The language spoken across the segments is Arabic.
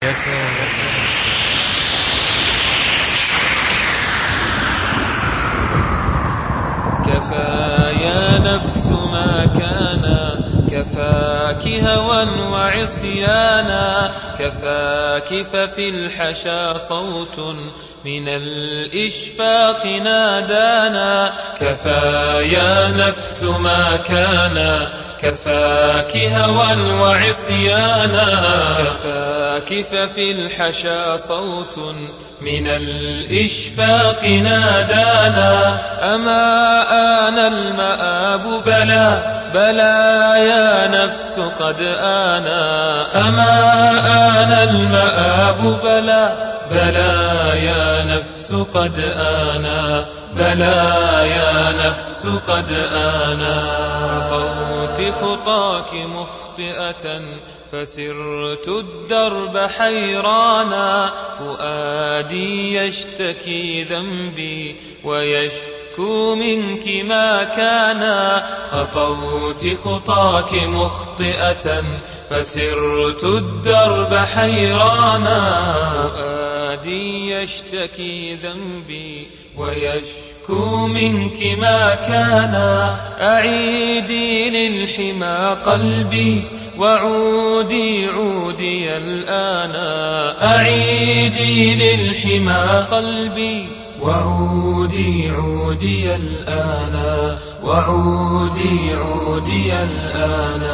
كفى يا نفس ما كان، كفاك هوى وعصيانا، كفاك ففي الحشا صوت من الإشفاق نادانا. كفى يا نفس ما كان، كفاك هوى وعصيانا، كفاك ففي الحشا صوت من الإشفاق نادانا. أما آن المآب بلى بلى يا نفس قد آنا، أما آن المآب بلى بلى يا نفس قد آنا، بلى يا نفس قد آنا. خطوت خطاك مخطئة فسرت الدرب حيرانا، فؤادي يشتكي ذنبي ويشكو منك ما كان. خطوت خطاك مخطئة فسرت الدرب حيرانا، فؤادي يشتكي ذنبي ويشكو منك ما كان. أعيدي للحمى قلبي وعودي عودي الآن، أعيدي للحمى قلبي وعودي عودي الآن، وعودي عودي الآن.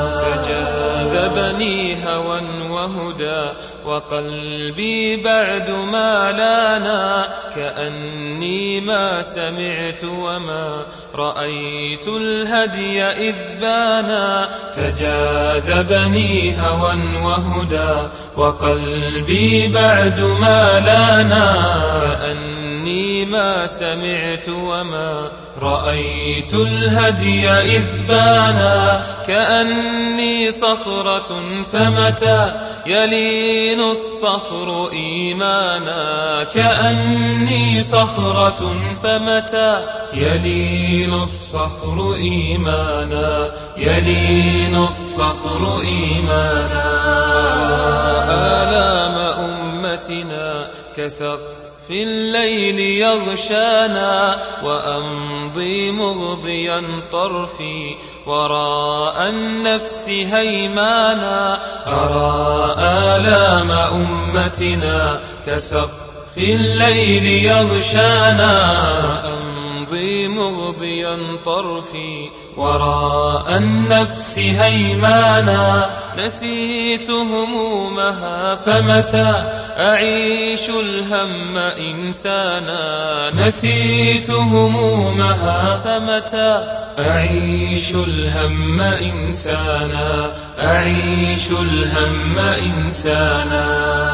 تجاذبني هوى وهدى وقلبي بعد ما لانا، كأني ما سمعت وما رأيت الهدي إذ بانا. تجاذبني هوى وهدى وقلبي بعد ما لانا، كأني ما سمعت وما رأيت الهدي إذ بانا. كأني صخرة فمتى يلين الصخر إيمانا، كأني صخرة فمتى يلين الصخر إيمانا، يلين الصخر إيمانا. آلام أمتنا كسقف الليل يغشانا، وأمضي مغضيا طرفي وراء النفس هيمانا. أرى آلام أمتنا كسقف الليل يغشانا، وأمضي مغضيا طرفي وراء النفس هيمانا. نسيت همومها فمتى أعيش الهم إنسانا، نسيت همومها فمتى أعيش الهم إنسانا، أعيش الهم إنسانا.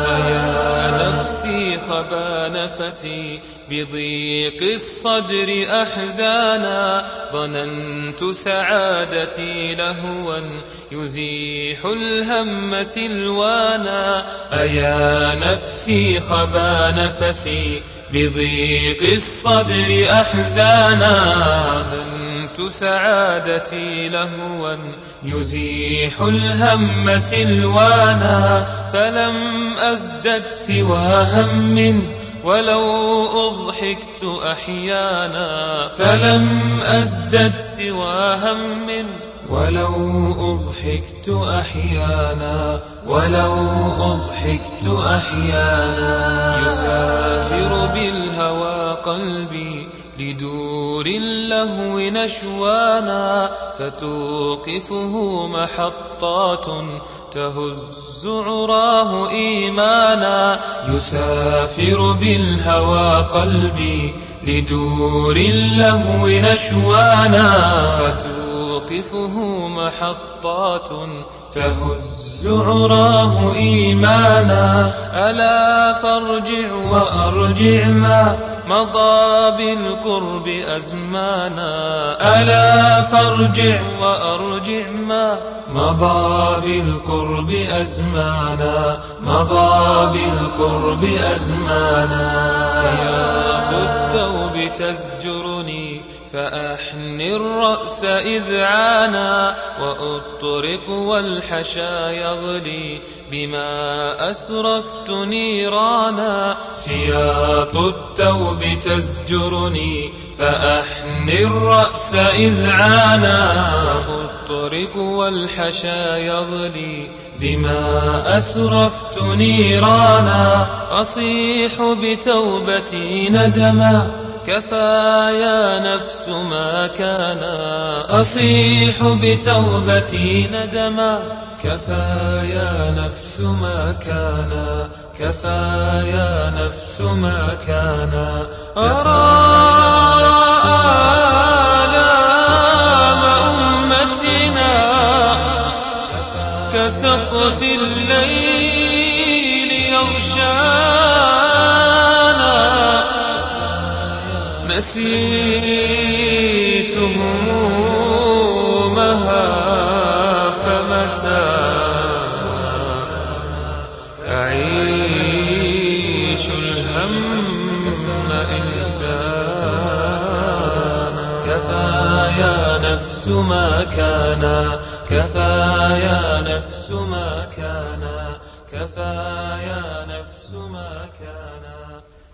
يا نفسي خبا نفسي بضيق الصدر أحزانا، ظننت سعادتي لهوا يزيح الهم سلوانا. أيا نفسي خبا نفسي بضيق الصدر أحزانا، ظننت سعادتي لهوا يزيح الهم سلوانا. فلم أزدد سوى هم ولو أضحكت أحيانا، فلم أزدد سوى هم ولو أضحكت أحيانا، ولو أضحكت أحيانا. يسافر بالهوى قلبي لدور اللهو نشوانا، فتوقفه محطات تهز عراه إيمانا. يسافر بالهوى قلبي لدور اللهو نشوانا، فتوقفه محطات تهز عراه إيمانا. ألا فارجع وأرجع ما مضى بالقرب أزمانا، ألا فارجع وأرجع ما مضى بالقرب أزمانا، مضى بالقرب أزمانا. سياط التوب تزجرني فأحني الرأس إذعانا وأطرق والحشا يغلي بما أسرفت نيرانا سياط التوب تزجرني فأحني الرأس إذعانا وأطرق والحشا يغلي بما أسرفت نيرانا أصيح بتوبتي ندما كفى يا نفس ما كان أصيح بتوبتي ندما كفى يا نفس ما كان كفى يا نفس ما كان أرى آلام أمتنا كسقف الليل يغشانا نسيت همومها فمتى أعيش الهم إنسان كفى يا نفس ما كان كفى يا نفس ما كان كفى يا نفس ما كان